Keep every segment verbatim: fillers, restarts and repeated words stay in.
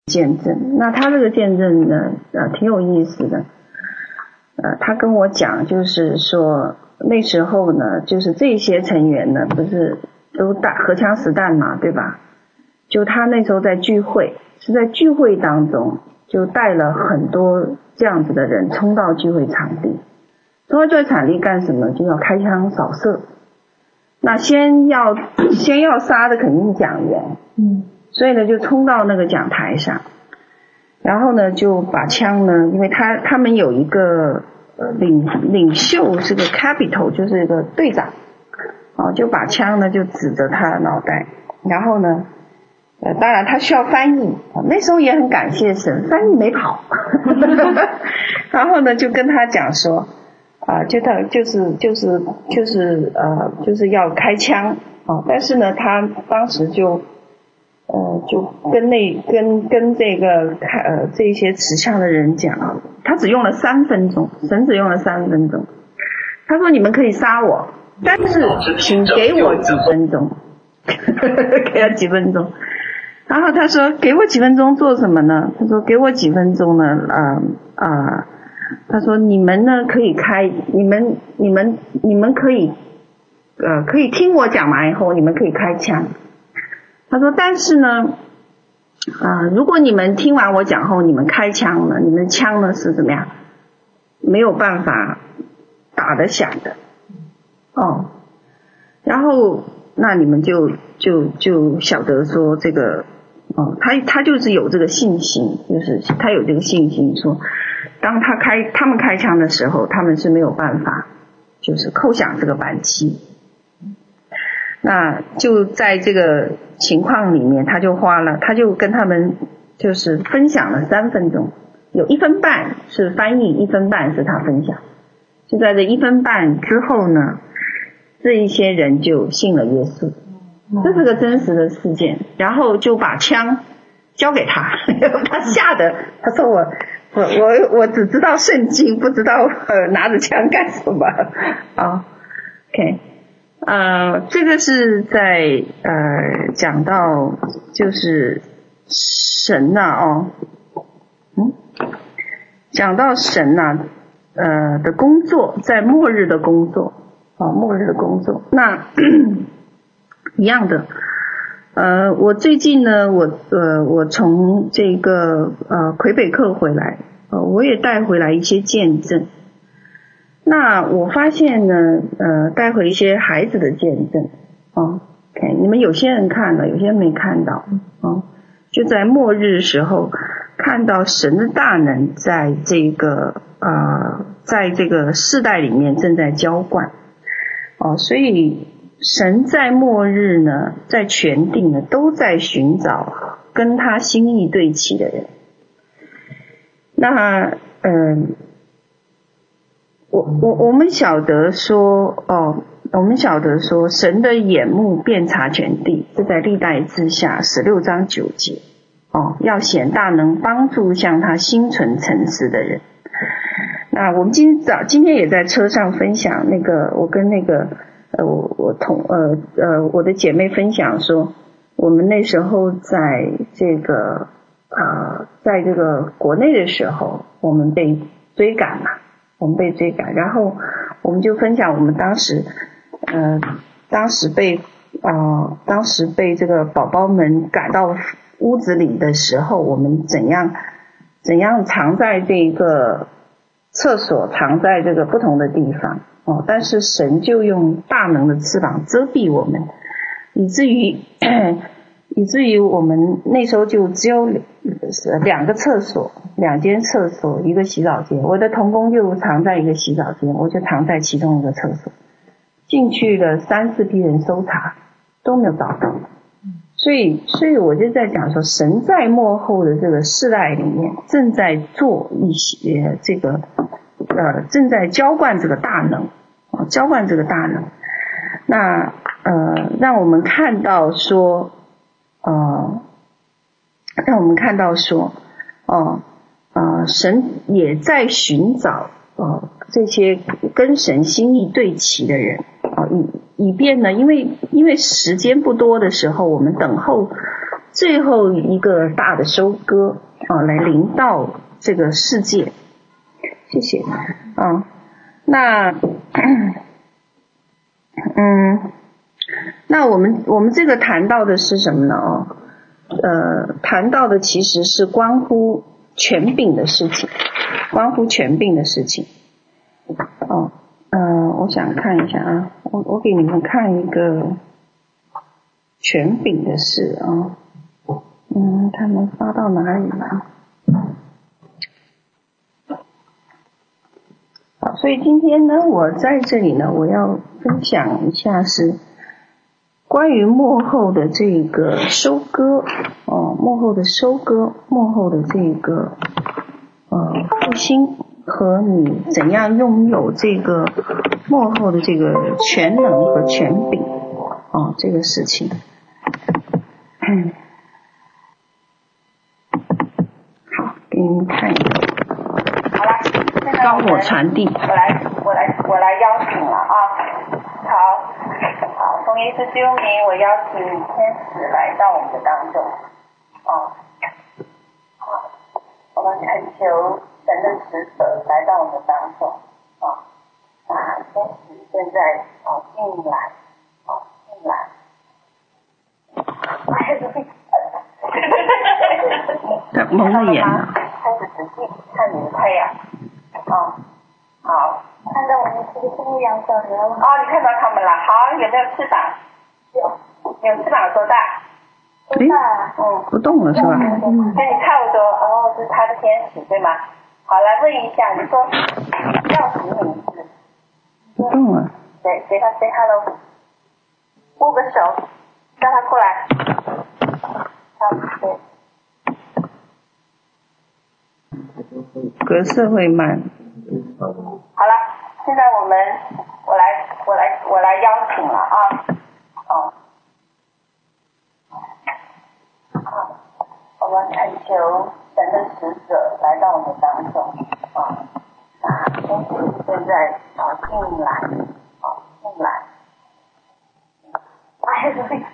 见证。那他这个见证呢，呃，挺有意思的。呃，他跟我讲，就是说那时候呢，就是这些成员呢，不是都打荷枪实弹嘛，对吧？就他那时候在聚会，是在聚会当中，就带了很多这样子的人冲到聚会场地。冲到聚会场地干什么？就要开枪扫射。那先要先要杀的肯定是讲员，嗯，所以呢就冲到那个讲台上，然后呢就把枪呢，因为他他们有一个呃领领袖是个 capital， 就是一个队长，哦，就把枪呢就指着他的脑袋，然后呢，呃，当然他需要翻译，那时候也很感谢神，翻译没跑，然后呢就跟他讲说。啊，就他就是就是就是呃就是要开枪啊，但是呢，他当时就呃就跟那跟跟这个开呃这些持枪的人讲，他只用了三分钟，神只用了三分钟。他说：“你们可以杀我，但是请给我几分钟，给他几分钟。”然后他说：“给我几分钟做什么呢？”他说：“给我几分钟呢？啊、呃、啊。呃”他说你们呢可以开你们你们你们可以呃可以听我讲完以后你们可以开枪。他说但是呢啊、呃、如果你们听完我讲后你们开枪了，你们的枪呢是怎么样没有办法打得响的哦，然后那你们就就就晓得说这个哦他他就是有这个信心，就是他有这个信心说当他开他们开枪的时候，他们是没有办法就是扣响这个扳机。那就在这个情况里面，他就花了他就跟他们就是分享了三分钟，有一分半是翻译，一分半是他分享。就在这一分半之后呢，这一些人就信了耶稣，这是个真实的事件。然后就把枪交给他，他吓得他说我我我我只知道圣经，不知道呃拿着枪干什么啊 ？OK， 呃，这个是在呃讲到就是神呐、啊、哦，嗯，讲到神呐、啊、呃的工作，在末日的工作啊，末日的工作，那一样的。呃，我最近呢，我呃，我从这个呃魁北克回来，呃，我也带回来一些见证。那我发现呢，呃，带回一些孩子的见证，哦 ，OK， 你们有些人看了，有些人没看到，哦，就在末日时候看到神的大能在这个呃，在这个世代里面正在浇灌，哦，所以。神在末日呢，在全地呢，都在寻找跟他心意对齐的人。那嗯，我我我们晓得说哦，我们晓得说，神的眼目遍察全地，这在历代志下十六章九节哦，要显大能，帮助向他心存诚实的人。那我们今早今天也在车上分享那个，我跟那个。呃，我我同呃呃我的姐妹分享说，我们那时候在这个啊、呃，在这个国内的时候，我们被追赶嘛，我们被追赶，然后我们就分享我们当时呃当时被啊、呃、当时被这个宝宝们赶到屋子里的时候，我们怎样怎样藏在这个厕所，藏在这个不同的地方。哦，但是神就用大能的翅膀遮蔽我们，以至于以至于我们那时候就只有两个厕所，两间厕所，一个洗澡间。我的同工就藏在一个洗澡间，我就藏在其中一个厕所。进去了三四批人搜查，都没有找到。所以，所以我就在讲说，神在末后的这个世代里面，正在做一些这个呃，正在浇灌这个大能。浇灌这个大能，那呃，让我们看到说，呃，让我们看到说，哦、呃，呃，神也在寻找呃这些跟神心意对齐的人啊、呃，以以便呢，因为因为时间不多的时候，我们等候最后一个大的收割啊，来临到这个世界。谢谢啊。那嗯，那我们我们这个谈到的是什么呢？哦，呃，谈到的其实是关乎权柄的事情，关乎权柄的事情。哦，呃，我想看一下啊，我我给你们看一个权柄的事啊。嗯，他们发到哪里了？好，所以今天呢，我在这里呢，我要分享一下是关于幕后的这个收割哦，幕后的收割，幕后的这个呃复兴和你怎样拥有这个幕后的这个全能和权柄哦，这个事情。嗯，好，给你们看一个。 好了，现在高火传递。 我来，我来，我来邀请了啊！好，好，奉耶稣基督名，我邀请天使来到我们的当中。啊，好，我们恳求神的使者来到我们的当中。啊，啊，天使现在啊进来，啊进来。哎，这他蒙了眼了。 开始仔细看你的太阳。啊，好。看到我们这个新阳小人了。哦，你看到他们了。好，有没有翅膀？有。有翅膀有多大？ 多大？嗯。不动了是吧？ 嗯。那你看我说，哦，这是他的天使对吗？好，来问一下，你说叫什么名字？ 不动了。 对，给他 say hello。握个手，叫他过来。好，对。 格式会慢。 好了，现在我们我来我来我来邀请了啊，哦，好，我们恳求神的使者来到我们当中啊，啊，天使现在啊进来，啊进来，哎，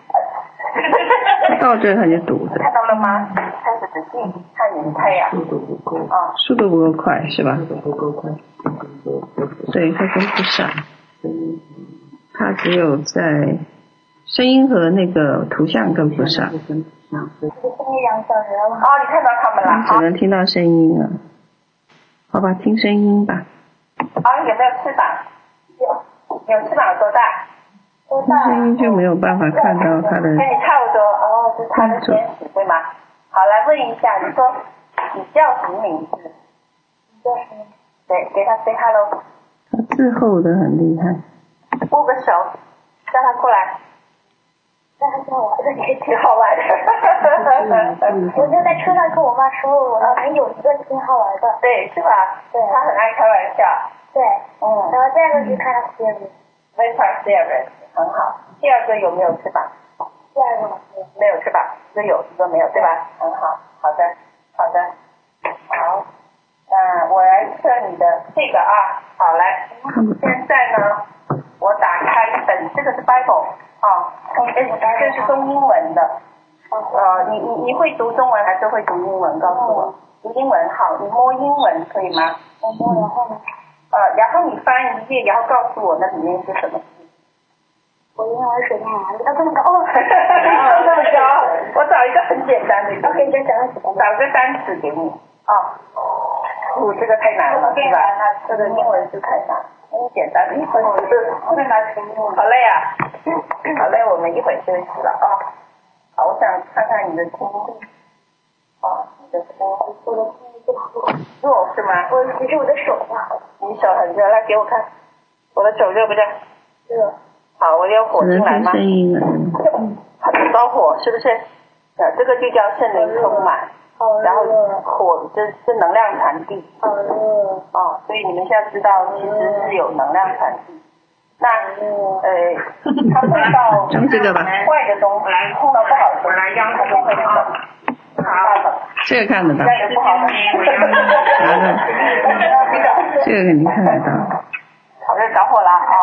到这他就堵着。 看到了吗？开始仔细看你的太阳。速度不够。啊， 速度不够快是吧？速度不够快。对，他跟不上。他只有在声音和那个图像跟不上。 这个声音两小人了。哦，你看到他们了。 只能听到声音了。好吧，听声音吧。 啊，有没有翅膀？有。有翅膀有多大？多大？ 声音就没有办法看到他的。 那你差不多哦，这是他的天使对吗？好，来问一下，你说你叫什么名字？你叫什么？对，给他 say hello。 他滞后的很厉害。 握个手，叫他过来。让他跟我玩，这也挺好玩的。我就在车上跟我妈说，我们有一个挺好玩的。对，是吧？对。他很爱开玩笑。对。嗯。然后第二个是看他 series。没看 series， 很好。第二个有没有翅膀？第二个没有翅膀，一个有，一个没有，对吧？很好，好的，好的，好。嗯，我来测你的这个啊，好来。现在呢，我打开一本，这个是 Bible 啊，这是中英文的。呃，你你你会读中文还是会读英文？告诉我，读英文好，你摸英文可以吗？我摸，然后呢？呃，然后你翻一页，然后告诉我那里面是什么字。我英文水平哪里？啊，这么高？哦，这么高。我找一个很简单的。OK， 再讲个找个单词给你。啊。哦，这个太难了，是吧？这个英文是太难，很简单的，一会儿就是后面拿成英文。好累啊！好累，我们一会儿休息了啊。好，我想看看你的听力。啊，你的听力，我的听力不好。弱是吗？我其实我的手不好。你手很热，来给我看。我的手热不热？热。好，我有火进来吗？ 声音了。 很高火是不是？呃，这个就叫圣灵充满。然后火这是能量传递。好热。哦，所以你们现在知道其实是有能量传递。那呃，他碰到这个吧， 坏的东西，碰到不好的东西，来让他就会冷。好。 这个看得到。 这个不好的。 拿着。这个肯定看得到。 好，这着火了啊。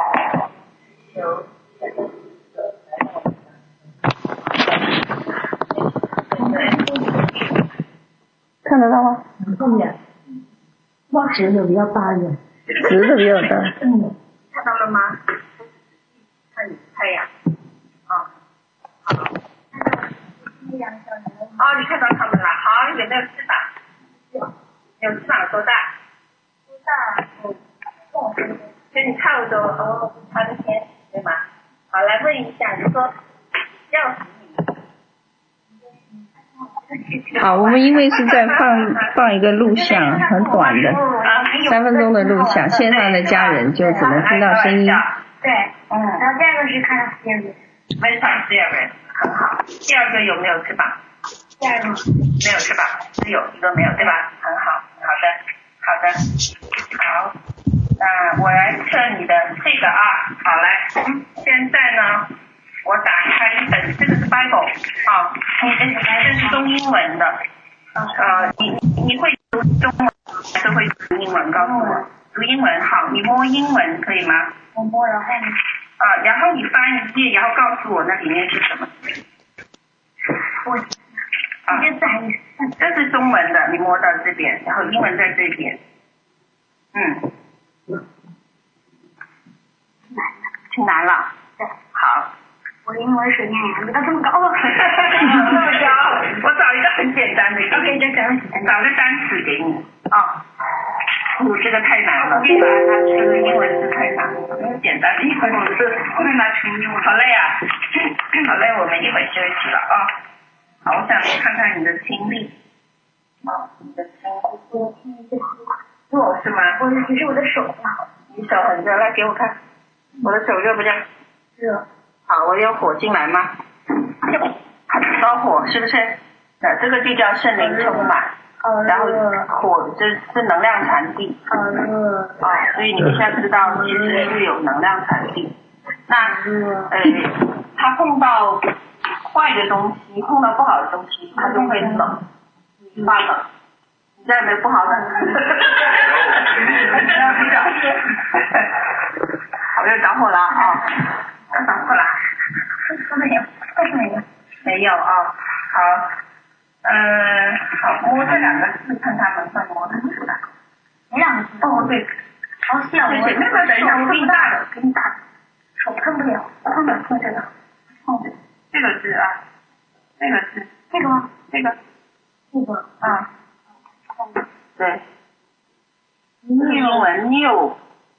看得到吗？ 后面，哇，直的比较大一点。 直的比较大。 嗯，看到了吗？看太阳。啊，好。太阳小人。哦，你看到他们了。好，有没有翅膀？有。有翅膀有多大？多大？嗯，跟我差不多。跟你差不多，哦，差个天，对吗？好，来问一下，你说要死你。 好，我们因为是在放放一个录像，很短的，三分钟的录像，线上的家人就只能听到声音。 对，嗯。然后第二个是看到第二个。没看第二个，很好。第二个有没有翅膀？第二个没有翅膀，只有一个没有，对吧？很好，好的，好的，好。那我来测你的这个啊，好来，现在呢，我打开一本，这个是 Bible 啊，这是中英文的，呃，你你会读中文还是会读英文？告诉我，读英文好，你摸英文可以吗？我摸，然后呢？啊，然后你翻一页，然后告诉我那里面是什么？我啊，这是中文的，你摸到这边，然后英文在这边，嗯。难了，挺难了。对，好。我的英文水平也没到这么高了。这么高，我找一个很简单的。OK， 就找找个单词给你啊。哦，这个太难了。别把它这个英文是太难了，简单的英文是不能拿纯英文。好累啊！好累，我们一会儿休息了啊。好，我想看看你的听力。啊，你的听力。我的听力最好。弱是吗？我的只是我的手不好。你手很热，来给我看。我的手热不热？热。好，我有火进来吗？烧火是不是？那这个就叫圣灵充满。然后火这是能量传递。啊，所以你们现在知道其实是有能量传递。那呃，它碰到坏的东西，碰到不好的东西，它就会冷，发冷。你家有没有不好的？好，又着火了啊！又着火了。没有，为什么没有？没有啊，好，嗯，好，摸这两个字，看他们会摸得出来。哪两个字？哦，对，好小。对对，那个等一下，我给你大的，给你大的。手碰不了，碰不了，碰这个，碰这个，这个字啊，这个字，这个吗？这个，这个啊。对，英文 new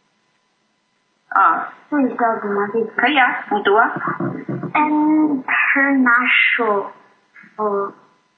啊，这里叫什么？这可以啊，你读啊。International， 呃，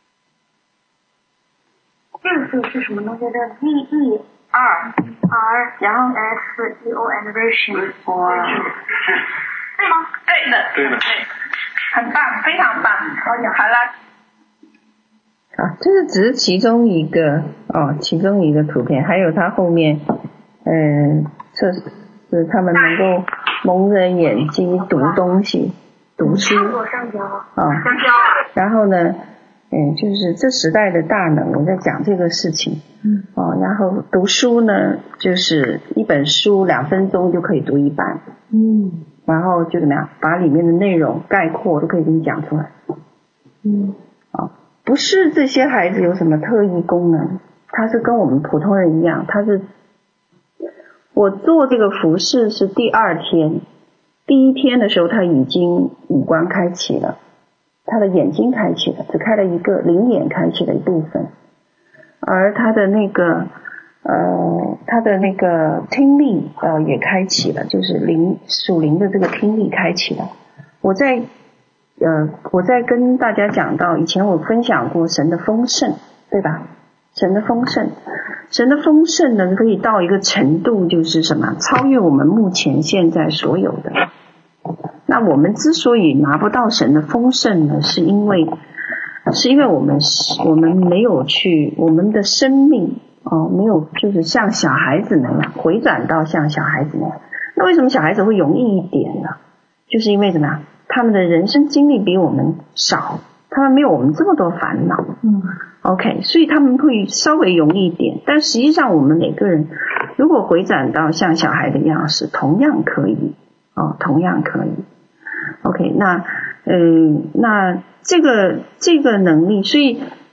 这个字是什么东西的 ？V E R R， 然后 S E O N version， 哇，对吗？对的，对的，对，很棒，非常棒。好了。 啊，这是只是其中一个哦，其中一个图片，还有它后面，嗯，测试他们能够蒙着眼睛读东西，读书啊，然后呢，嗯，就是这时代的大能，我在讲这个事情，嗯，哦，然后读书呢，就是一本书两分钟就可以读一半，嗯，然后就怎么样，把里面的内容概括都可以给你讲出来，嗯，啊。不是这些孩子有什么特异功能，他是跟我们普通人一样，他是我做这个服饰是第二天，第一天的时候他已经五官开启了，他的眼睛开启了，只开了一个灵眼开启了一部分，而他的那个呃他的那个听力呃也开启了，就是灵属灵的这个听力开启了。我在呃，我在跟大家讲到，以前我分享过神的丰盛，对吧？神的丰盛，神的丰盛呢，可以到一个程度，就是什么？超越我们目前现在所有的。那我们之所以拿不到神的丰盛呢，是因为，是因为我们我们没有去，我们的生命哦，没有就是像小孩子那样回转到像小孩子那样。那为什么小孩子会容易一点呢？就是因为怎么样？他们的人生经历比我们少，他们没有我们这么多烦恼。嗯 ，OK， 所以他们会稍微容易一点。但实际上，我们每个人如果回转到像小孩的样式，同样可以哦，同样可以。OK， 那嗯、呃，那这个这个能力，所以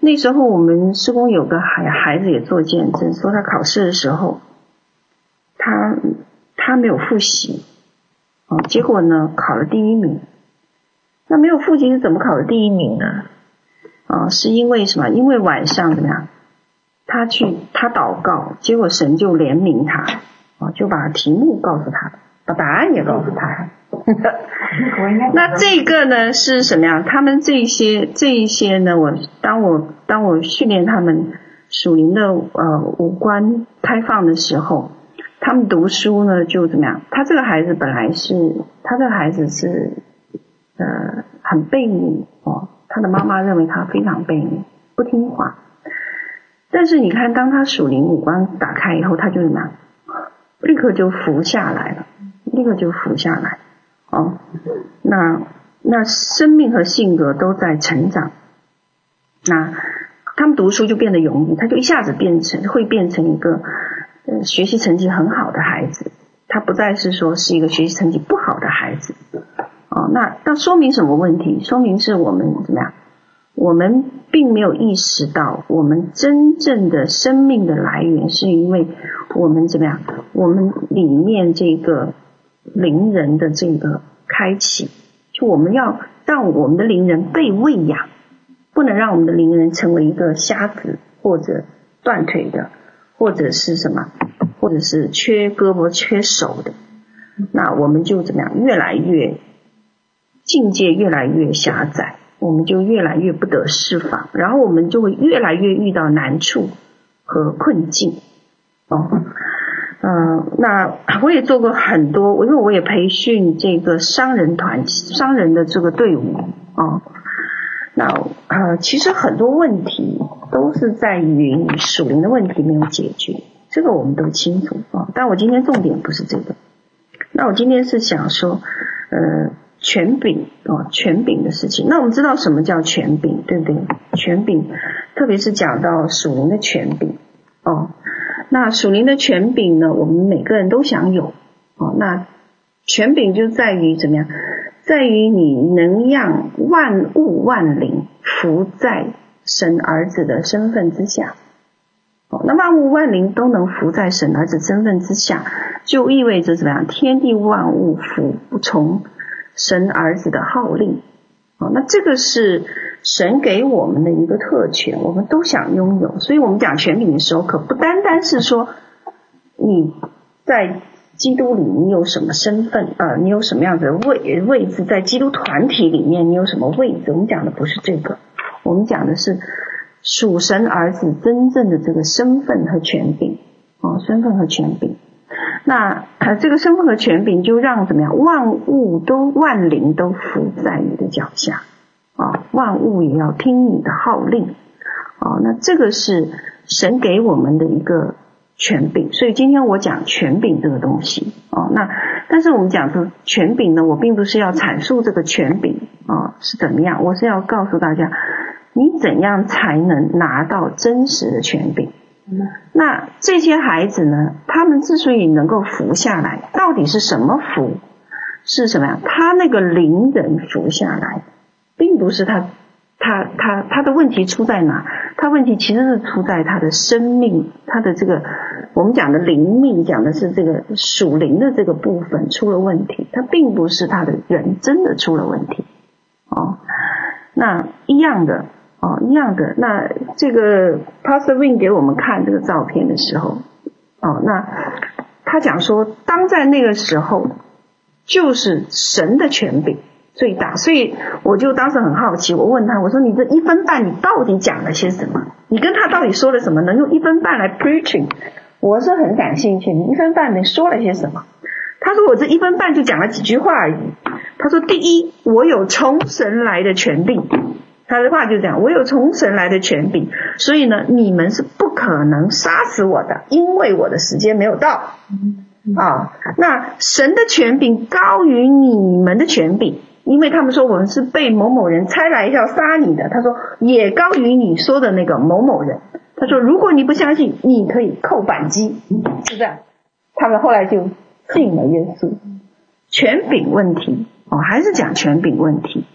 那时候我们师公有个孩孩子也做见证，说他考试的时候，他他没有复习，哦，结果呢考了第一名。那没有复习是怎么考的第一名呢？啊，是因为什么？因为晚上怎么样？他去他祷告，结果神就怜悯他，啊，就把题目告诉他，把答案也告诉他。那这个呢是什么呀？他们这些这一些呢，我当我当我训练他们属灵的呃五官开放的时候，他们读书呢就怎么样？他这个孩子本来是他这个孩子是呃很悖逆哦，他的妈妈认为他非常悖逆，不听话。但是你看，当他属灵五官打开以后，他就怎么样？立刻就服下来了，立刻就服下来。哦，那那生命和性格都在成长，那他们读书就变得容易，他就一下子变成会变成一个呃学习成绩很好的孩子，他不再是说是一个学习成绩不好的孩子。哦，那那说明什么问题？说明是我们怎么样？我们并没有意识到，我们真正的生命的来源是因为我们怎么样？我们里面这个灵人的这个开启，就我们要让我们的灵人被喂养，不能让我们的灵人成为一个瞎子或者断腿的，或者是什么，或者是缺胳膊缺手的。那我们就怎么样？越来越境界越来越狭窄，我们就越来越不得释放，然后我们就会越来越遇到难处和困境。哦，呃，那我也做过很多，因为我也培训这个商人团、商人的这个队伍哦。那呃，其实很多问题都是在于你属灵的问题没有解决，这个我们都清楚啊、哦。但我今天重点不是这个，那我今天是想说，呃。权柄哦，权柄的事情。那我们知道什么叫权柄，对不对？权柄，特别是讲到属灵的权柄哦。那属灵的权柄呢，我们每个人都想有哦。那权柄就在于怎么样？在于你能让万物万灵服在神儿子的身份之下。哦，那万物万灵都能服在神儿子身份之下，就意味着怎么样？天地万物服从神儿子的号令，哦，那这个是神给我们的一个特权，我们都想拥有。所以我们讲权柄的时候，可不单单是说你在基督里你有什么身份，呃，你有什么样的位位置，在基督团体里面你有什么位置。我们讲的不是这个，我们讲的是属神儿子真正的这个身份和权柄，哦，身份和权柄。那呃，这个身份和权柄就让怎么样？万物都万灵都服在你的脚下啊，万物也要听你的号令啊。那这个是神给我们的一个权柄，所以今天我讲权柄这个东西啊。那但是我们讲这权柄呢，我并不是要阐述这个权柄啊是怎么样，我是要告诉大家，你怎样才能拿到真实的权柄。那这些孩子呢，他们之所以能够服下来，到底是什么服？是什么呀？他那个灵人服下来，并不是他他他他的问题出在哪？他问题其实是出在他的生命，他的这个我们讲的灵命，讲的是这个属灵的这个部分出了问题，他并不是他的人真的出了问题哦。那一样的。哦，一样的。那这个 Pastor Win 给我们看这个照片的时候，哦，那他讲说，当在那个时候，就是神的权柄最大。所以我就当时很好奇，我问他，我说你这一分半你到底讲了些什么？你跟他到底说了什么？能用一分半来 preaching？ 我是很感兴趣，你一分半你说了些什么？他说我这一分半就讲了几句话而已。他说第一，我有从神来的权柄。他的话就这样，我有从神来的权柄，所以呢，你们是不可能杀死我的，因为我的时间没有到啊。那神的权柄高于你们的权柄，因为他们说我们是被某某人差来要杀你的，他说也高于你说的那个某某人。他说如果你不相信，你可以扣扳机，是这样。他们后来就信了耶稣。权柄问题哦，还是讲权柄问题。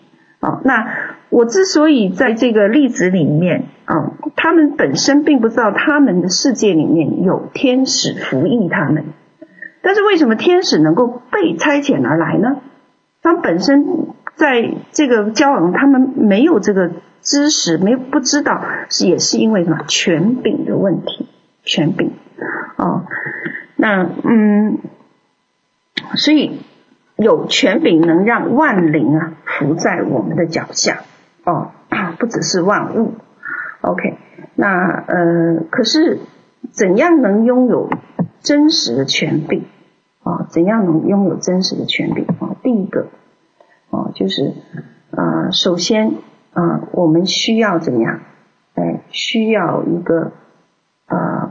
哦，那我之所以在这个例子里面啊，他们本身并不知道他们的世界里面有天使服役他们，但是为什么天使能够被差遣而来呢？他们本身在这个交往，他们没有这个知识，没不知道，是也是因为什么权柄的问题，权柄哦。那嗯，所以有权柄能让万灵啊伏在我们的脚下哦，不只是万物。OK， 那呃，可是怎样能拥有真实的权柄啊、哦？怎样能拥有真实的权柄啊、哦？第一个哦，就是呃，首先呃，我们需要怎么样？哎，需要一个呃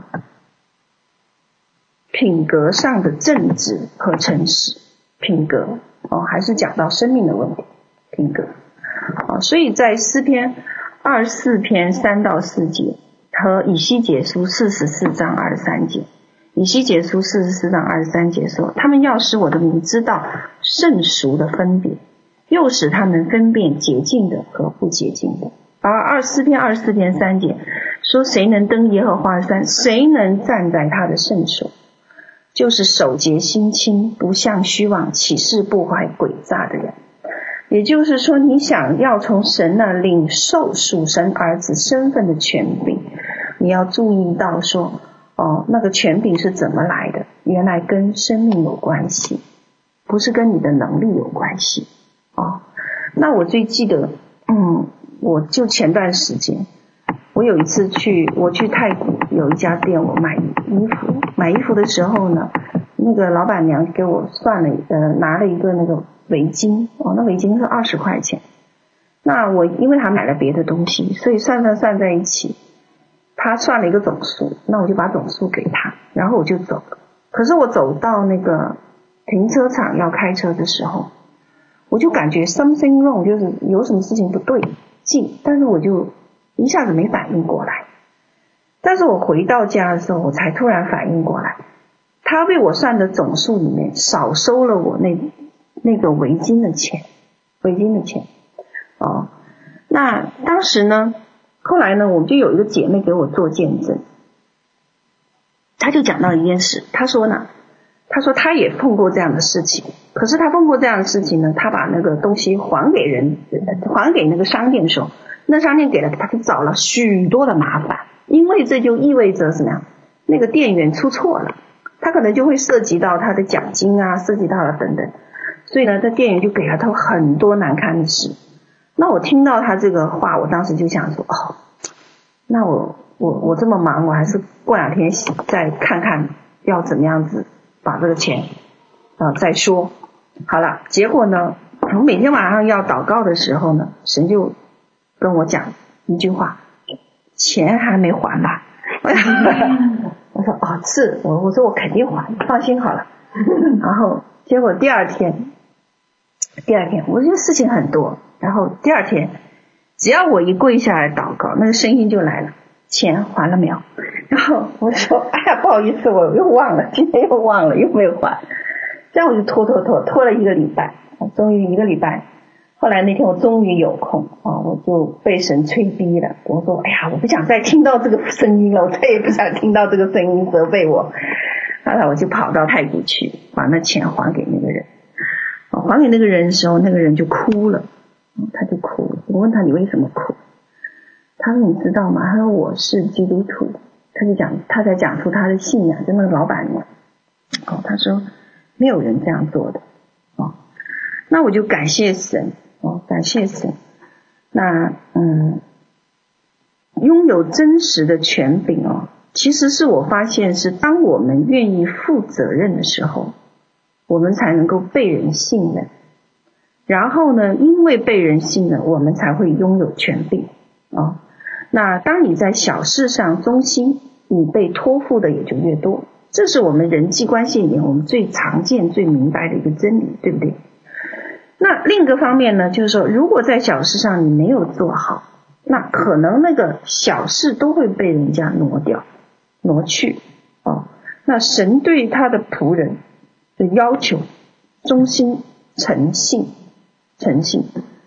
品格上的正直和诚实。品格哦，还是讲到生命的问题，品格哦，所以在诗篇二十四篇三到四节和以西结书四十四章二十三节，以西结书四十四章二十三节说，他们要使我的民知道圣俗的分别，又使他们分辨洁净的和不洁净的。而二十四篇二十四篇三节说，谁能登耶和华的山，谁能站在他的圣所，就是守节心清，不向虚妄起誓不怀诡诈的人。也就是说，你想要从神那领受属神儿子身份的权柄，你要注意到说哦，那个权柄是怎么来的，原来跟生命有关系，不是跟你的能力有关系哦。那我最记得嗯，我就前段时间我有一次去我去太古有一家店，我买衣服买衣服的时候呢，那个老板娘给我算了呃拿了一个那个围巾哦，那围巾是二十块钱。那我因为还买了别的东西，所以算算算在一起，他算了一个总数，那我就把总数给他，然后我就走了。可是我走到那个停车场要开车的时候，我就感觉 something wrong， 就是有什么事情不对劲，但是我就一下子没反应过来。但是我回到家的时候，我才突然反应过来，他为我算的总数里面少收了我那那个围巾的钱，围巾的钱哦。那当时呢，后来呢，我们就有一个姐妹给我做见证，她就讲到一件事，她说呢，她说她也碰过这样的事情，可是她碰过这样的事情呢，她把那个东西还给人，还给那个商店的时候，那商店给了她找了许多的麻烦，因为这就意味着什么呀？那个店员出错了，他可能就会涉及到他的奖金啊，涉及到了等等，所以呢，这店员就给了他很多难堪的事。那我听到他这个话，我当时就想说，哦，那我我我这么忙，我还是过两天再看看要怎么样子把这个钱啊、呃、再说。好了，结果呢，我每天晚上要祷告的时候呢，神就跟我讲一句话，钱还没还吧？我说哦，是我我说我肯定还，放心好了。然后结果第二天，第二天我觉得事情很多，然后第二天只要我一跪下来祷告，那个声音就来了，钱还了没有？然后我说哎呀不好意思，我又忘了，今天又忘了，又没有还。这样我就拖拖拖拖了一个礼拜，终于一个礼拜。后来那天我终于有空啊，我就被神催逼了。我说哎呀，我不想再听到这个声音了，我再也不想听到这个声音责备我。后来我就跑到太古去，把那钱还给那个人。还给那个人的时候，那个人就哭了，他就哭了。我问他你为什么哭？他说你知道吗？他说我是基督徒。他就讲，他才讲出他的信仰，就那个老板娘。哦，他说没有人这样做的。哦，那我就感谢神。哦，感谢神。那嗯，拥有真实的权柄哦，其实是我发现是当我们愿意负责任的时候，我们才能够被人信任。然后呢，因为被人信任，我们才会拥有权柄哦。那当你在小事上忠心，你被托付的也就越多。这是我们人际关系里面我们最常见、最明白的一个真理，对不对？那另一个方面呢，就是说如果在小事上你没有做好，那可能那个小事都会被人家挪掉挪去哦。那神对他的仆人的要求忠心诚信诚信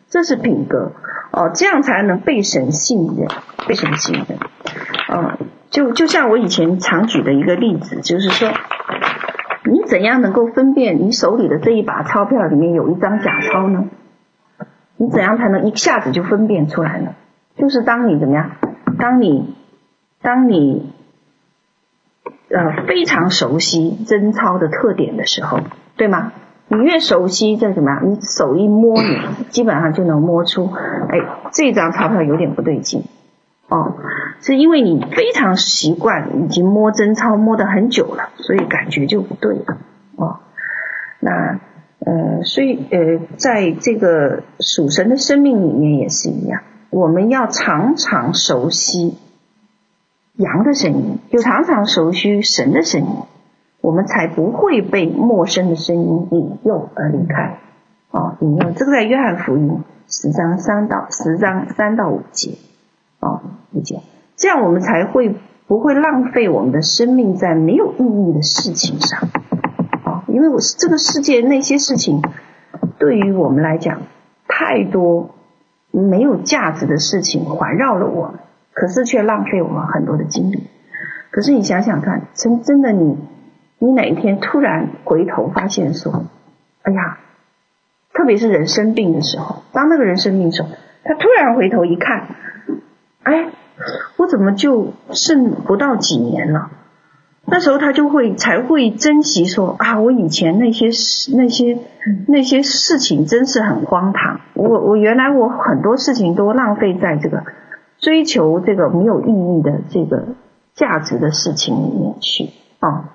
这是品格哦，这样才能被神信任，被神信任。哦，就就像我以前常举的一个例子，就是说，你怎样能够分辨你手里的这一把钞票里面有一张假钞呢？你怎样才能一下子就分辨出来呢？就是当你怎么样，当你当你呃非常熟悉真钞的特点的时候，对吗？你越熟悉这怎么样，你手一摸，你基本上就能摸出，哎，这张钞票有点不对劲哦，是因为你非常习惯，已经摸真钞摸得很久了，所以感觉就不对了哦。那呃，所以呃，在这个属神的生命里面也是一样，我们要常常熟悉羊的声音，就常常熟悉神的声音，我们才不会被陌生的声音引诱而离开。哦，引诱，这个在约翰福音十章三到十章三到五节，哦，五节，这样我们才会不会浪费我们的生命在没有意义的事情上。哦，因为我这个世界那些事情对于我们来讲太多没有价值的事情环绕了我们，可是却浪费我们很多的精力。可是你想想看，真真的你你哪一天突然回头发现说，哎呀，特别是人生病的时候，当那个人生病的时候，他突然回头一看，哎，我怎么就剩不到几年了？那时候他就会才会珍惜说啊，我以前那些那些那些事情真是很荒唐，我我原来我很多事情都浪费在这个追求这个没有意义的这个价值的事情里面去啊。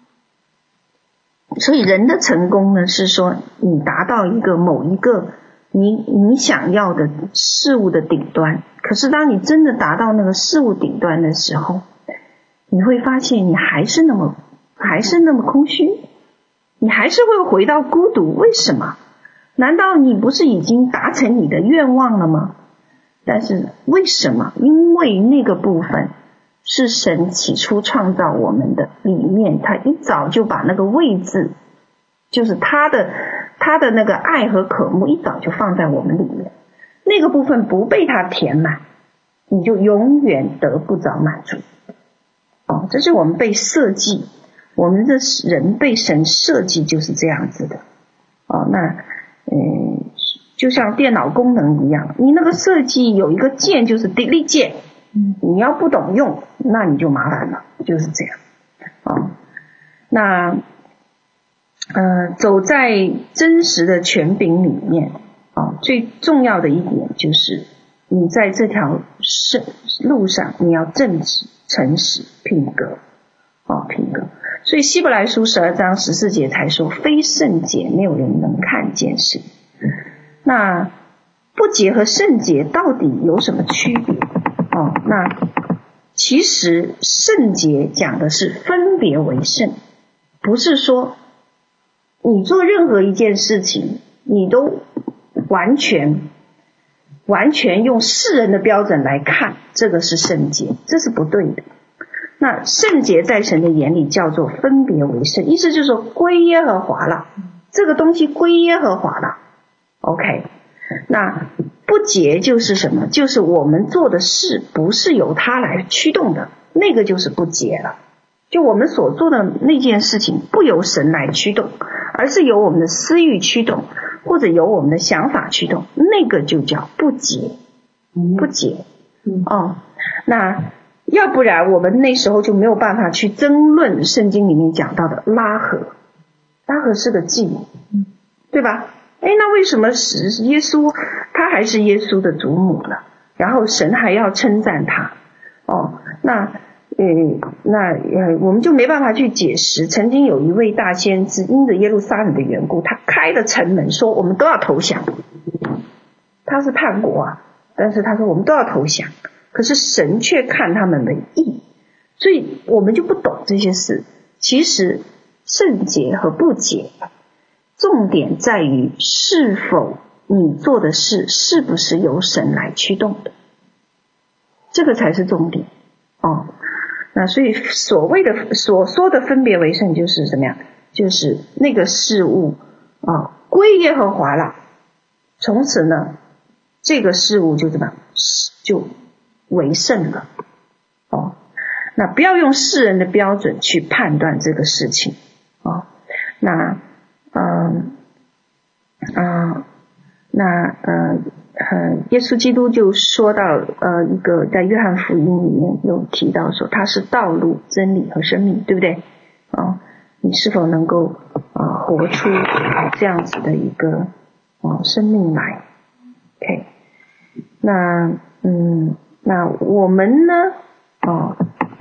所以人的成功呢，是说你达到一个某一个你你想要的事物的顶端，可是当你真的达到那个事物顶端的时候，你会发现你还是那么还是那么空虚，你还是会回到孤独。为什么？难道你不是已经达成你的愿望了吗？但是为什么？因为那个部分是神起初创造我们的里面，他一早就把那个位置，就是他的他的那个爱和渴慕一早就放在我们里面，那个部分不被他填满，你就永远得不着满足。哦，这是我们被设计，我们的人被神设计就是这样子的。哦，那嗯，就像电脑功能一样，你那个设计有一个键就是 delete 键，你要不懂用，那你就麻烦了，就是这样。哦，那呃，走在真实的权柄里面，哦，最重要的一点就是你在这条路上你要正直、诚实、品格，哦，品格。所以希伯来书十二章十四节才说，非圣洁没有人能看见神。那不洁和圣洁到底有什么区别？哦，那其实圣洁讲的是分别为圣，不是说你做任何一件事情你都完全完全用世人的标准来看，这个是圣洁，这是不对的。那圣洁在神的眼里叫做分别为圣，意思就是说归耶和华了，这个东西归耶和华了。 OK， 那不洁就是什么？就是我们做的事不是由他来驱动的，那个就是不洁了。就我们所做的那件事情不由神来驱动，而是由我们的私欲驱动，或者由我们的想法驱动，那个就叫不洁，不洁。哦，那要不然我们那时候就没有办法去争论圣经里面讲到的拉合，拉合是个妓女，对吧？哎，那为什么是耶稣他还是耶稣的祖母呢？然后神还要称赞他？哦，那呃，那呃，我们就没办法去解释。曾经有一位大先知，因着耶路撒冷的缘故，他开了城门，说我们都要投降。他是叛国啊，但是他说我们都要投降。可是神却看他们的义，所以我们就不懂这些事。其实圣洁和不洁，重点在于是否你做的事是不是由神来驱动的，这个才是重点哦。那所以所谓的所说的分别为圣就是怎么样？就是那个事物啊归耶和华了，从此呢这个事物就怎么就为圣了哦。那不要用世人的标准去判断这个事情哦。那嗯嗯那呃呃耶稣基督就说到呃一个在约翰福音里面有提到说他是道路真理和生命，对不对哦？你是否能够啊、呃、活出、呃、这样子的一个哦生命来 ？OK， 那嗯，那我们呢？哦，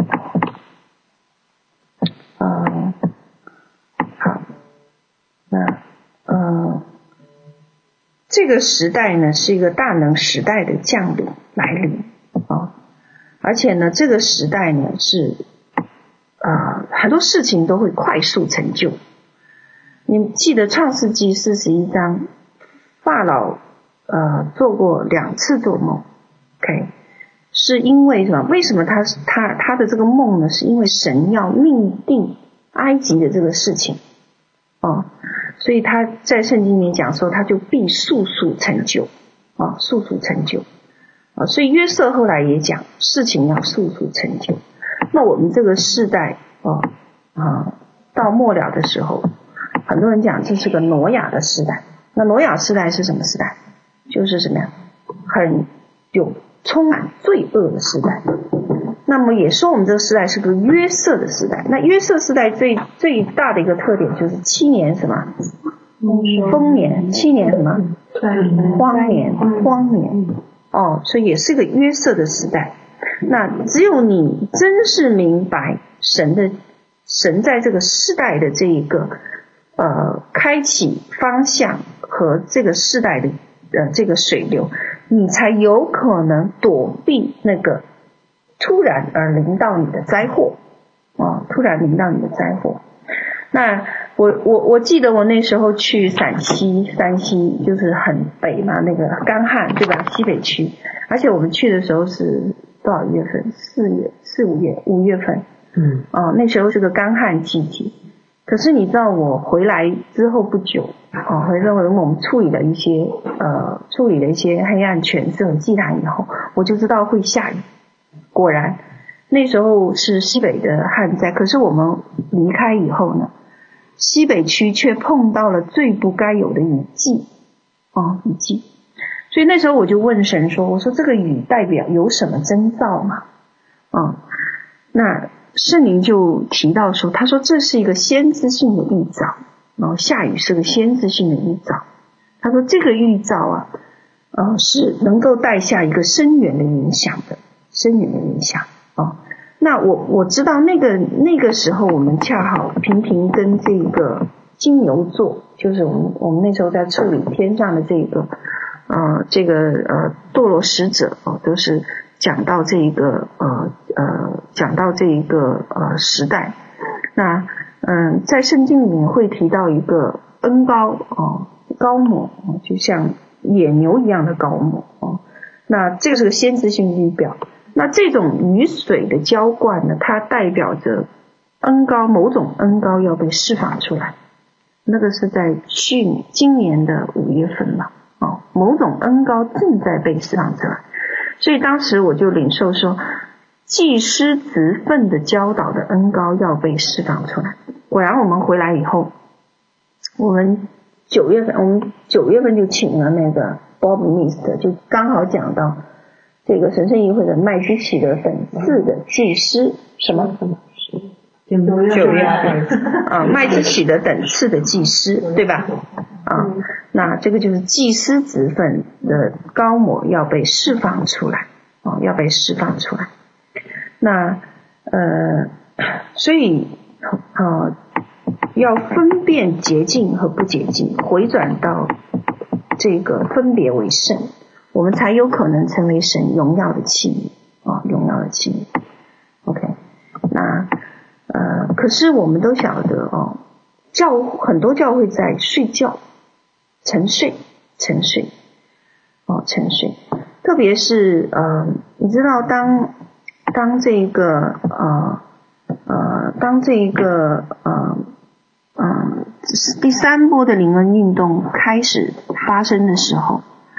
呃，好，那呃，这个时代呢是一个大能时代的降临来临啊、哦，而且呢，这个时代呢是呃很多事情都会快速成就。你记得创世纪四十一章，法老呃做过两次做梦 ，OK， 是因为什么？为什么他他他的这个梦呢？是因为神要命定埃及的这个事情哦，所以他在圣经里面讲说，他就必速速成就啊，速速成就啊，所以约瑟后来也讲，事情要速速成就。那我们这个世代哦啊，到末了的时候。很多人讲这是个挪亚的时代，那挪亚时代是什么时代？就是什么呀？很有充满罪恶的时代。那么也说我们这个时代是个约瑟的时代。那约瑟时代最最大的一个特点就是七年什么？丰年，七年什么？荒年，荒年。哦，所以也是个约瑟的时代。那只有你真是明白神的神在这个世代的这一个。呃，开启方向和这个世代的呃这个水流，你才有可能躲避那个突然而临到你的灾祸啊、哦！突然临到你的灾祸。那我我我记得我那时候去陕西，山西就是很北嘛，那个干旱对吧？西北区，而且我们去的时候是多少月份？四月、四五月、五月份。嗯。哦，那时候是个干旱季节。可是你知道我回来之后不久，哦，回来我们处理了一些呃处理了一些黑暗权势和祭坛以后，我就知道会下雨。果然，那时候是西北的旱灾，可是我们离开以后呢，西北区却碰到了最不该有的雨季，哦，雨季。所以那时候我就问神说：“我说这个雨代表有什么征兆吗？”啊、嗯，那。圣灵就提到说，他说这是一个先知性的预兆，然后下雨是个先知性的预兆。他说这个预兆啊，呃，是能够带下一个深远的影响的，深远的影响啊、哦。那我我知道那个那个时候，我们恰好频频跟这个金牛座，就是我们我们那时候在处理天上的这个呃这个呃堕落使者哦，都是。讲到这一个呃呃，讲到这一个呃时代，那嗯、呃，在圣经里面会提到一个恩膏哦，膏抹，就像野牛一样的膏抹哦。那这个是个先知性预表。那这种雨水的浇灌呢，它代表着恩膏，某种恩膏要被释放出来。那个是在去今年的五月份了哦，某种恩膏正在被释放出来。所以当时我就领受说，祭司职分的教导的恩膏要被释放出来。果然我们回来以后，我们九月份，我们九月份就请了那个 Bob Mist， 就刚好讲到这个神圣议会的麦基洗德本次的祭司什么什么九月份啊，麦基洗德等次的祭司，对吧？啊，那这个就是祭司职分的膏抹要被释放出来啊，要被释放出来。那呃，所以呃，要分辨洁净和不洁净，回转到这个分别为圣，我们才有可能成为神荣耀的器皿啊，荣耀的器皿。OK， 那呃，可是我们都晓得哦，教很多教会在睡觉。沉睡，沉睡，哦，沉睡。特别是呃，你知道当当这个呃呃当这个呃呃第三波的灵恩运动开始发生的时候，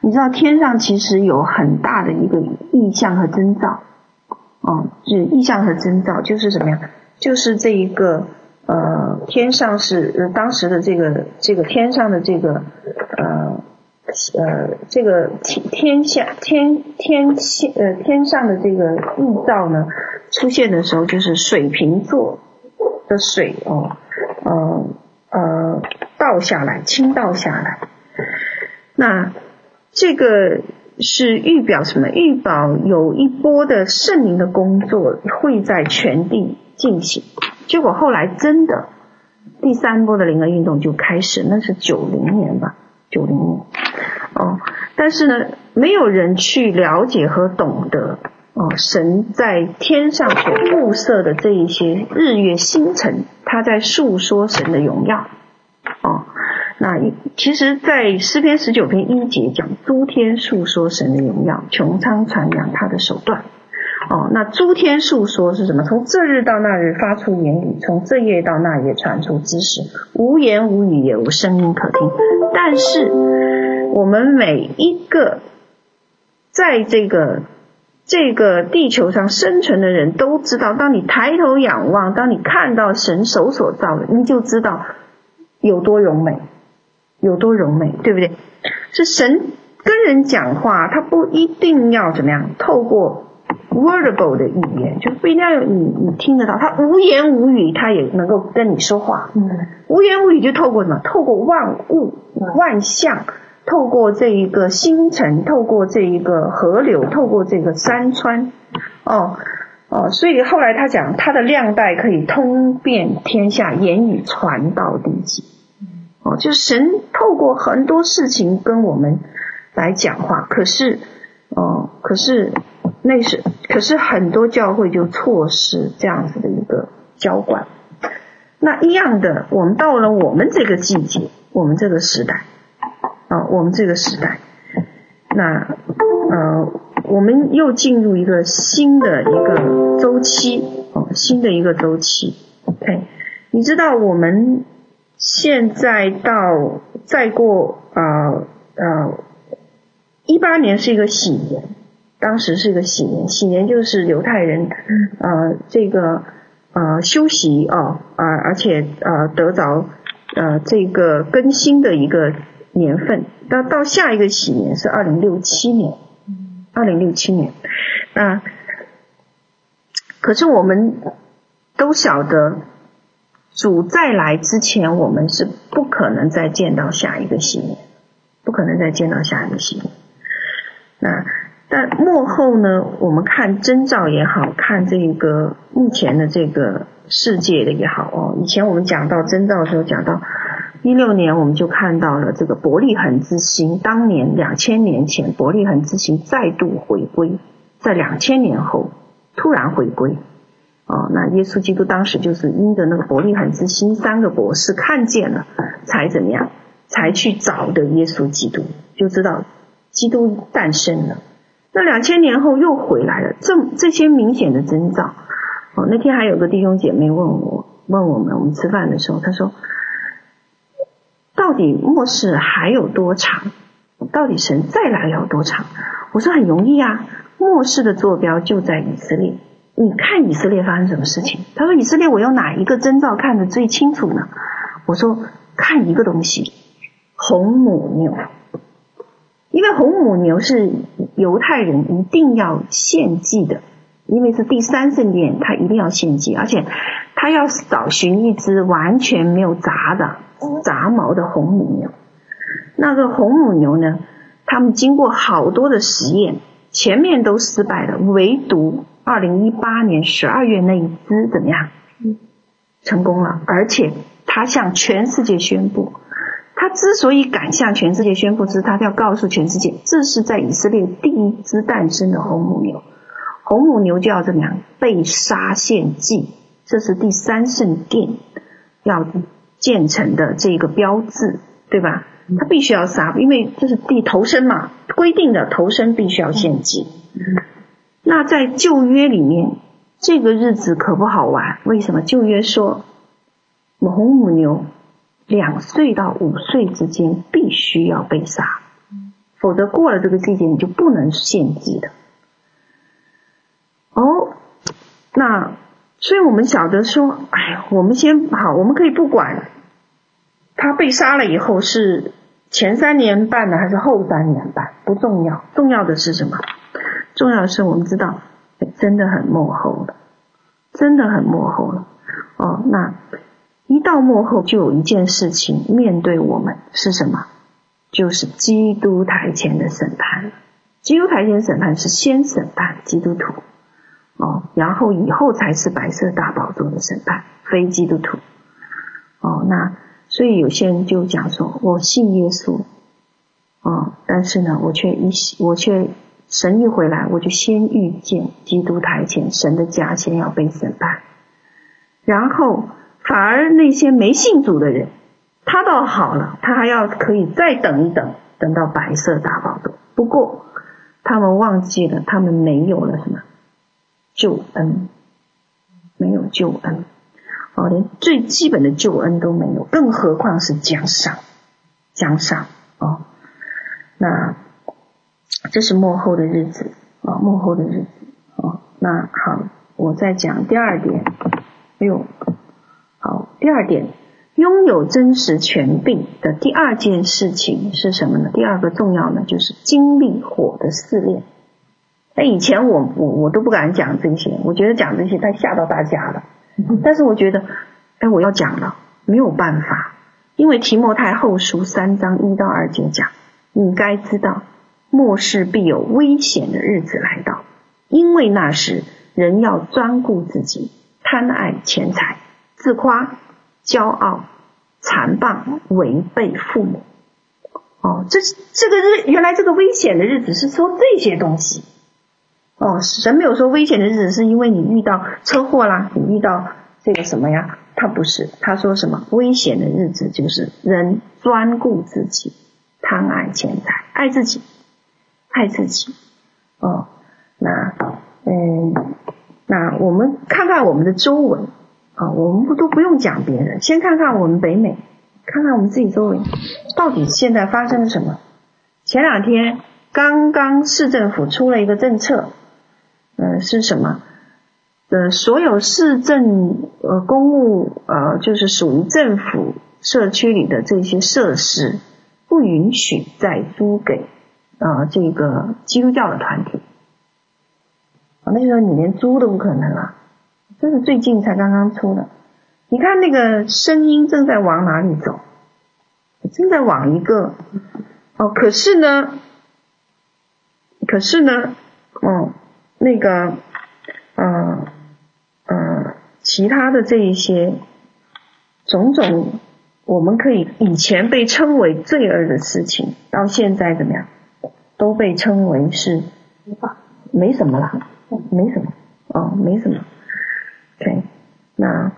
你知道天上其实有很大的一个意象和征兆，哦，是意象和征兆，就是什么呀？就是这一个呃天上是呃当时的这个这个天上的这个呃呃这个天天下天天天呃天上的这个预兆呢出现的时候，就是水瓶座的水哦呃呃倒下来，倾倒下来。那这个是预表什么？预表有一波的圣灵的工作会在全地进行。结果后来真的第三波的灵恩运动就开始，那是九零年吧，九零年哦。但是呢，没有人去了解和懂得哦，神在天上所布设的这一些日月星辰，他在述说神的荣耀哦。那其实在诗篇十九篇一节讲，诸天述说神的荣耀，穹苍传扬他的手段哦。那诸天述说是什么？从这日到那日发出言语，从这夜到那夜传出知识，无言无语也无声音可听。但是我们每一个在这个这个地球上生存的人都知道，当你抬头仰望，当你看到神手所造的，你就知道有多荣美，有多荣美，对不对？是神跟人讲话，他不一定要怎么样透过 wordable 的语言，就不一定要你你听得到，他无言无语，他也能够跟你说话。嗯，无言无语就透过什么？透过万物万象，透过这一个星辰，透过这一个河流，透过这个山川。哦哦，所以后来他讲，他的亮带可以通遍天下，言语传到地极。哦，就是神透过很多事情跟我们来讲话，可是哦，可是那是可是很多教会就错失这样子的一个浇灌。那一样的，我们到了我们这个季节，我们这个时代啊、哦，我们这个时代，那呃，我们又进入一个新的一个周期哦，新的一个周期。OK， 你知道我们现在到再过呃呃一八年是一个喜年，当时是一个喜年，喜年就是犹太人呃这个呃休息哦啊、呃，而且呃得着呃这个更新的一个年份。到到下一个喜年是二零六七年，二零六七年。那、呃、可是我们都晓得，主再来之前，我们是不可能再见到下一个喜年，不可能再见到下一个喜年。那但末后呢，我们看征兆也好，看这个目前的这个世界的也好哦。以前我们讲到征兆的时候，讲到一六年，我们就看到了这个伯利恒之星，当年两千年前伯利恒之星再度回归，在两千年后突然回归。哦，那耶稣基督当时就是因着那个伯利恒之星，三个博士看见了，才怎么样？才去找的耶稣基督，就知道基督诞生了。那两千年后又回来了，这这些明显的征兆。哦，那天还有个弟兄姐妹问我，问我们，我们吃饭的时候，他说，到底末世还有多长？到底神再来有多长？我说很容易啊，末世的坐标就在以色列。你看以色列发生什么事情？他说以色列我用哪一个征兆看得最清楚呢？我说看一个东西，红母牛。因为红母牛是犹太人一定要献祭的，因为是第三圣殿，他一定要献祭，而且他要找寻一只完全没有杂的杂毛的红母牛。那个红母牛呢，他们经过好多的实验，前面都失败了，唯独二零一八年十二月那一只怎么样？成功了，而且他向全世界宣布，他之所以敢向全世界宣布，是他要告诉全世界，这是在以色列第一只诞生的红母牛。红母牛就要怎么样？被杀献祭，这是第三圣殿要建成的这个标志，对吧？他必须要杀，因为这是第头生嘛，规定的头生必须要献祭。那在旧约里面，这个日子可不好玩。为什么？旧约说红母牛两岁到五岁之间必须要被杀， 否则过了这个季节你就不能献祭的。哦，那所以我们晓得说，哎，我们先好，我们可以不管他被杀了以后是前三年办的还是后三年办，不重要，重要的是什么？重要的是我们知道真的很末后了，真的很末后了。哦，那一到末后就有一件事情面对我们是什么？就是基督台前的审判。基督台前的审判是先审判基督徒，哦，然后以后才是白色大宝座的审判，非基督徒。哦，那所以有些人就讲说，我信耶稣，哦，但是呢，我却一我却神一回来，我就先遇见基督台前神的家先要被审判，然后反而那些没信主的人，他倒好了，他还要可以再等一等，等到白色大宝座。不过他们忘记了，他们没有了什么救恩，没有救恩，哦，连最基本的救恩都没有，更何况是奖赏，奖赏哦。那这是末后的日子啊、哦，末后的日子哦。那好，我再讲第二点。哎呦，好，第二点，拥有真实权柄的第二件事情是什么呢？第二个重要呢，就是经历火的试炼。哎，以前我我我都不敢讲这些，我觉得讲这些太吓到大家了。但是我觉得，哎，我要讲了，没有办法，因为提摩太后书三章一到二节讲，你该知道，末世必有危险的日子来到，因为那时人要专顾自己，贪爱钱财，自夸，骄傲，残暴，违背父母。哦，这这个日原来这个危险的日子是说这些东西。哦，神没有说危险的日子是因为你遇到车祸啦，你遇到这个什么呀？他不是，他说什么？危险的日子就是人专顾自己，贪爱钱财，爱自己，爱自己。哦，那嗯，那我们看看我们的周围啊、哦，我们都不用讲别人，先看看我们北美，看看我们自己周围，到底现在发生了什么？前两天刚刚市政府出了一个政策。呃，是什么？呃，所有市政呃公务呃，就是属于政府社区里的这些设施，不允许再租给呃这个基督教的团体。啊，那时候你连租都不可能了，这是最近才刚刚出的。你看那个声音正在往哪里走？正在往一个哦，可是呢，可是呢，哦。那个呃呃其他的这一些种种我们可以以前被称为罪恶的事情，到现在怎么样都被称为是没什么了，没什么哦，没什么。对，那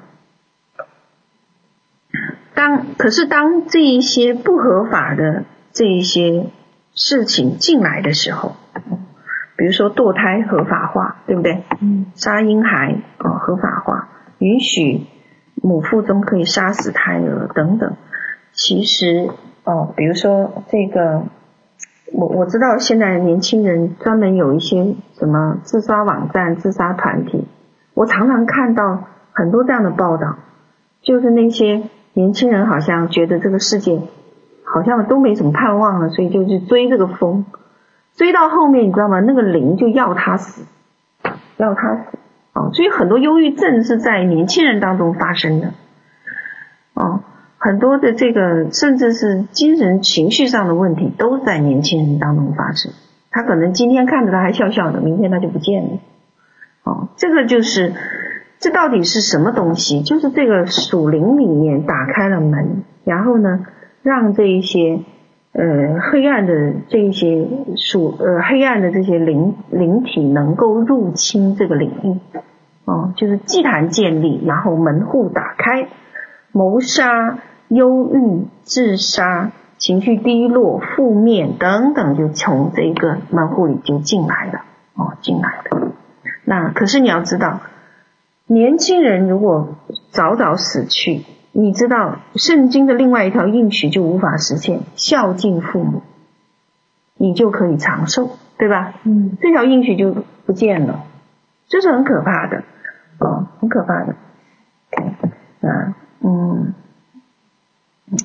当可是当这一些不合法的这一些事情进来的时候，比如说堕胎合法化，对不对？嗯，杀婴孩哦合法化，允许母腹中可以杀死胎儿等等。其实哦，比如说这个，我我知道现在年轻人专门有一些什么自杀网站、自杀团体，我常常看到很多这样的报道，就是那些年轻人好像觉得这个世界好像都没什么盼望了，所以就去追这个风。追到后面你知道吗？那个灵就要他死，要他死哦，所以很多忧郁症是在年轻人当中发生的哦，很多的这个甚至是精神情绪上的问题都在年轻人当中发生。他可能今天看着他还笑笑的，明天他就不见了哦，这个就是这到底是什么东西？就是这个属灵里面打开了门，然后呢，让这一些呃，黑暗的这一些属呃黑暗的这些灵灵体能够入侵这个领域，哦，就是祭坛建立，然后门户打开，谋杀、忧郁、自杀、情绪低落、负面等等，就从这个门户里就进来了，哦，进来了。那可是你要知道，年轻人如果早早死去，你知道圣经的另外一条应许就无法实现，孝敬父母。 你就可以长寿，对吧？ 嗯， 这条应许就不见了，这是很可怕的哦，很可怕的。啊，嗯，嗯，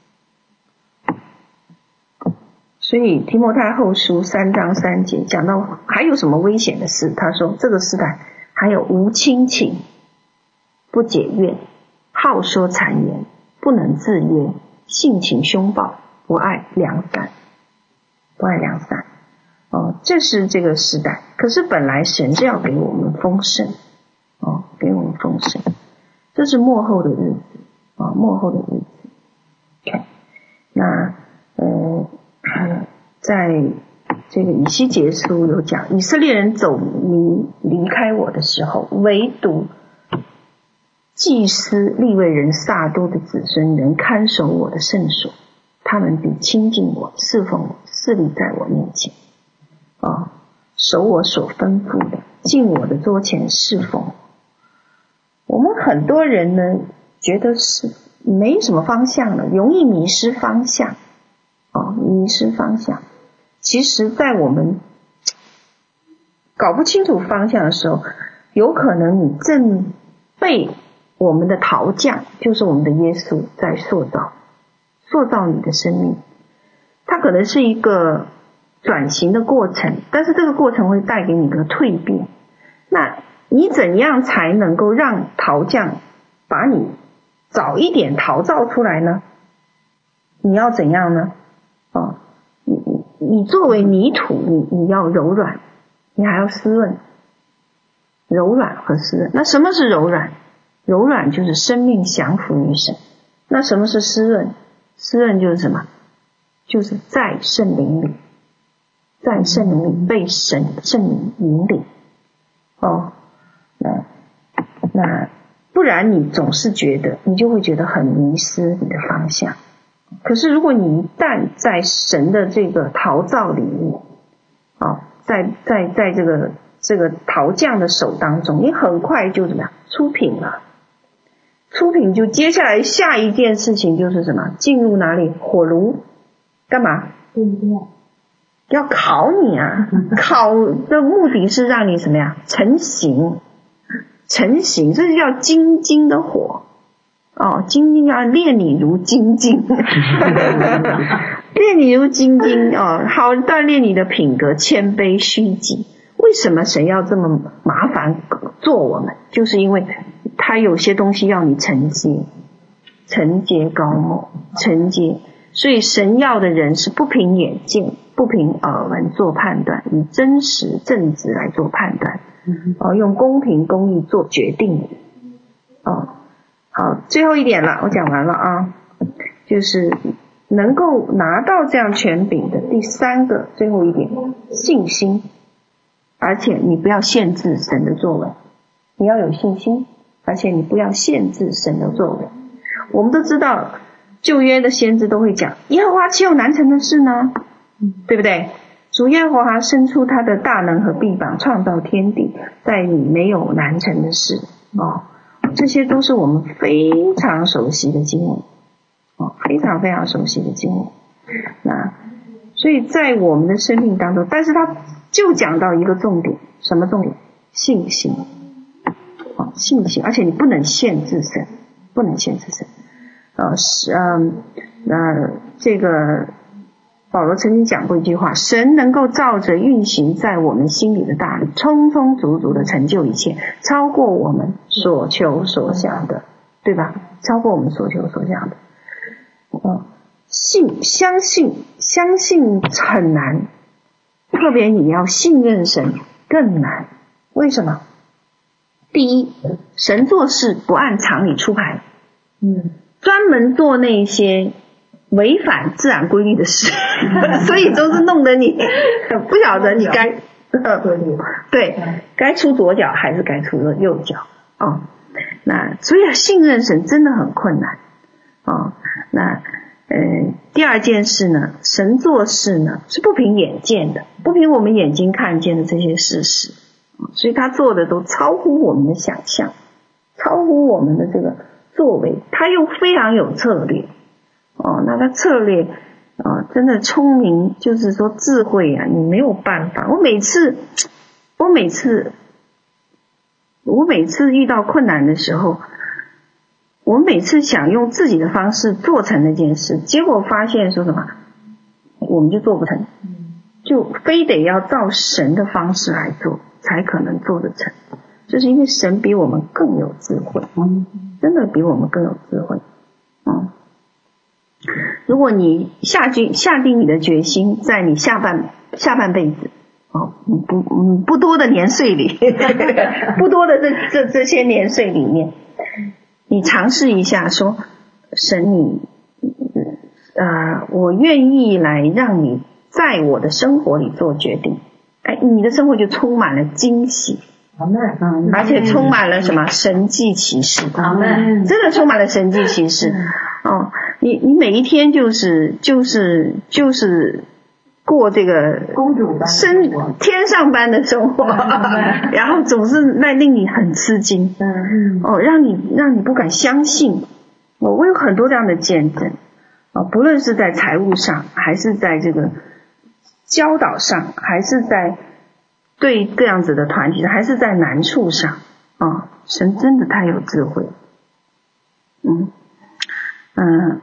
所以提摩太后书三章三节讲到还有什么危险的事，他说这个时代还有无亲情、不解怨、好说谗言、不能自约、性情凶暴、不爱良善，不爱良善。哦，这是这个时代。可是本来神是要给我们丰盛，哦，给我们丰盛。这是末后的日子啊、哦，末后的日子。Okay. 那呃，在这个以西结书有讲，以色列人走离离开我的时候，唯独祭司利未人撒都的子孙仍看守我的圣所，他们必亲近我，侍奉我，侍立在我面前，啊、哦，守我所吩咐的，进我的桌前侍奉我。我们很多人呢，觉得是没什么方向了，容易迷失方向，哦，迷失方向。其实，在我们搞不清楚方向的时候，有可能你正被我们的陶匠，就是我们的耶稣，在塑造，塑造你的生命。它可能是一个转型的过程，但是这个过程会带给你个蜕变。那你怎样才能够让陶匠把你早一点陶造出来呢？你要怎样呢？哦，你你你作为泥土，你你要柔软，你还要湿润，柔软和湿润。那什么是柔软？柔软就是生命降服于神。那什么是湿润？湿润就是什么？就是在圣灵里，在圣灵里被神圣灵引领。哦。那那不然你总是觉得你就会觉得很迷失你的方向。可是如果你一旦在神的这个陶造里面，哦，在在在这个这个陶匠的手当中，你很快就怎么样出品了？出品就接下来下一件事情就是什么？进入哪里？火炉干嘛？ 嗯， 要烤你啊！烤的目的是让你什么呀？成型。成型，这是叫精金的火哦，精金要炼你如精金，炼你如精金哦，好锻炼你的品格，谦卑虚己。为什么神要这么麻烦做我们？就是因为他有些东西要你承接，承接高莫，承接。所以神要的人是不凭眼见，不凭耳闻做判断，以真实正直来做判断。哦，用公平公义做决定。哦，好，最后一点了，我讲完了啊，就是能够拿到这样权柄的第三个，最后一点，信心。而且你不要限制神的作为，你要有信心，而且你不要限制神的作为。我们都知道，旧约的先知都会讲，耶和华岂有难成的事呢？对不对？主耶和华伸出他的大能和臂膀，创造天地，在你没有难成的事哦。这些都是我们非常熟悉的经文哦，非常非常熟悉的经文。那所以在我们的生命当中，但是他就讲到一个重点，什么重点？信心哦，信心，而且你不能限制神，不能限制神。呃，是嗯，那这个。保罗曾经讲过一句话，神能够照着运行在我们心里的大力，充充足足的成就一切，超过我们所求所想的，对吧？超过我们所求所想的。嗯，信相信相信很难，特别你要信任神更难。为什么？第一，神做事不按常理出牌，嗯，专门做那些违反自然规律的事，所以都是弄得你不晓得你该对该出左脚还是该出右脚哦。那所以信任神真的很困难哦。那呃，第二件事呢，神做事呢是不凭眼见的，不凭我们眼睛看见的这些事实，所以他做的都超乎我们的想象，超乎我们的这个作为，他又非常有策略。哦，那他策略啊，真的聪明就是说智慧啊，你没有办法。我每次，我每次，我每次遇到困难的时候，我每次想用自己的方式做成那件事，结果发现说什么，我们就做不成，就非得要照神的方式来做，才可能做得成。就是因为神比我们更有智慧，真的比我们更有智慧。嗯。如果你下定下定你的决心，在你下半下半辈子，哦，不嗯不多的年岁里，不多的这这这些年岁里面，你尝试一下说，神你，呃，我愿意来让你在我的生活里做决定，哎，你的生活就充满了惊喜。而且充满了什么神迹奇事，真的充满了神迹奇事。哦，你你每一天就是就是就是过这个公主般升天上般的生活，然后总是来令你很吃惊，哦，让你让你不敢相信。我我有很多这样的见证啊，不论是在财务上，还是在这个教导上，还是在对这样子的团体，还是在难处上啊，神真的太有智慧。嗯嗯，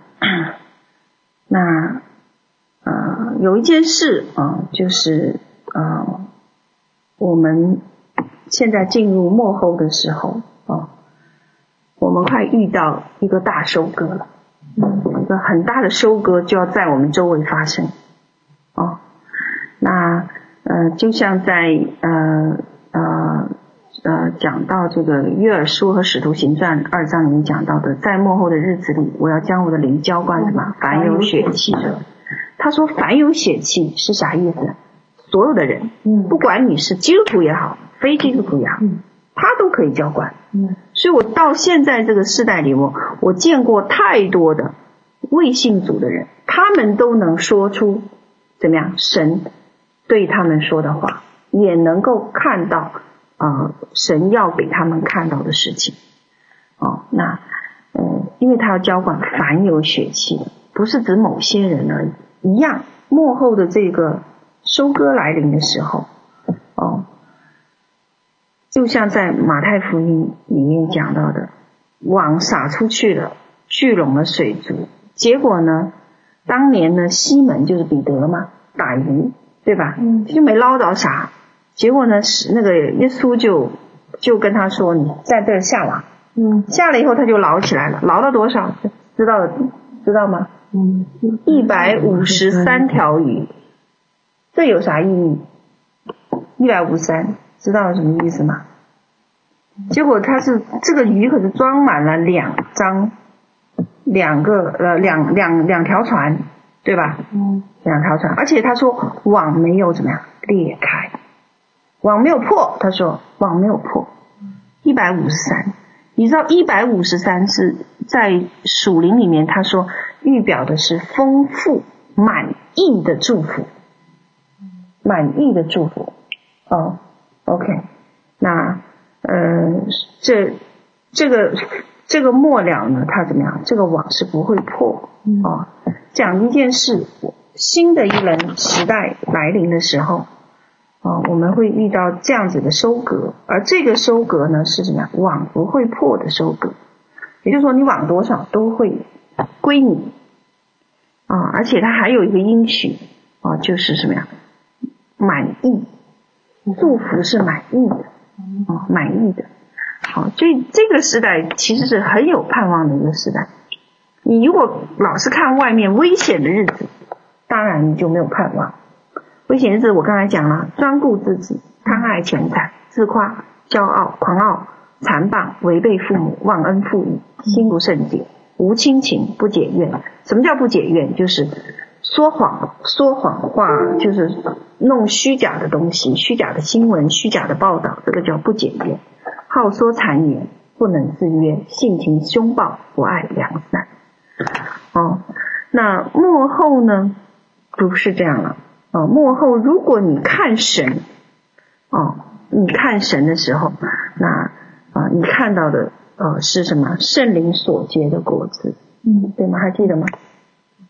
那呃有一件事啊，就是呃我们现在进入末后的时候啊，我们快遇到一个大收割了，一个很大的收割就要在我们周围发生啊，那。呃，就像在呃呃呃讲到这个约珥书和使徒行传二章里面讲到的，在末后的日子里，我要将我的灵浇灌什么？凡有血气的。他说凡有血气是啥意思？所有的人，不管你是基督徒也好，非基督徒也好，他都可以浇灌。所以我到现在这个世代里，我我见过太多的未信主的人，他们都能说出怎么样神对他们说的话，也能够看到呃神要给他们看到的事情。哦，那呃因为他要浇灌凡有血气的，不是指某些人而已。一样，末后的这个收割来临的时候，哦，就像在马太福音里面讲到的，网撒出去了，聚拢了水族，结果呢，当年呢西门就是彼得嘛，打鱼。对吧？嗯，就没捞着啥，结果呢，是那个耶稣就就跟他说：“你在这下网。”嗯，下了以后他就捞起来了，捞到多少？知道知道吗？嗯，一百五十三条鱼，这有啥意义？一百五十三，知道什么意思吗？结果他是这个鱼可是装满了两张，两个呃两两两条船。对吧？嗯，两条船，而且他说网没有怎么样裂开，网没有破。他说网没有破，一百五十三。你知道一百五十三是在属灵里面，他说预表的是丰富满意的祝福，满意的祝福。哦 ，OK， 那呃，这这个这个末了呢，它怎么样？这个网是不会破哦。讲一件事，新的一轮时代来临的时候，啊，我们会遇到这样子的收割，而这个收割呢是怎么样？网不会破的收割，也就是说你网多少都会归你啊，而且它还有一个应许啊，就是什么呀？满意，祝福是满意的啊，满意的。好，所以这个时代其实是很有盼望的一个时代。你如果老是看外面危险的日子，当然你就没有盼望。危险日子我刚才讲了，专顾自己，贪爱钱财，自夸，骄傲，狂傲，残暴，违背父母，忘恩负义，心不圣洁，无亲情，不解怨。什么叫不解怨？就是说谎，说谎话，就是弄虚假的东西，虚假的新闻，虚假的报道，这个叫不解怨。好说谗言，不能自约，性情凶暴，不爱良善。哦，那末后呢不是这样了。哦，末后如果你看神，哦，你看神的时候，那啊、呃，你看到的呃是什么？圣灵所结的果子，嗯，对吗？还记得吗？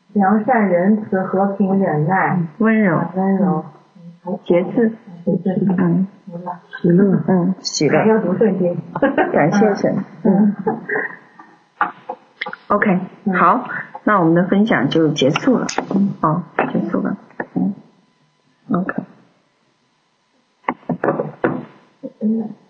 良善仁慈和平忍耐温柔温柔节制节制嗯喜乐嗯喜乐还要读圣经感谢神嗯 OK 好，那我们的分享就结束了哦结束了嗯 OK 嗯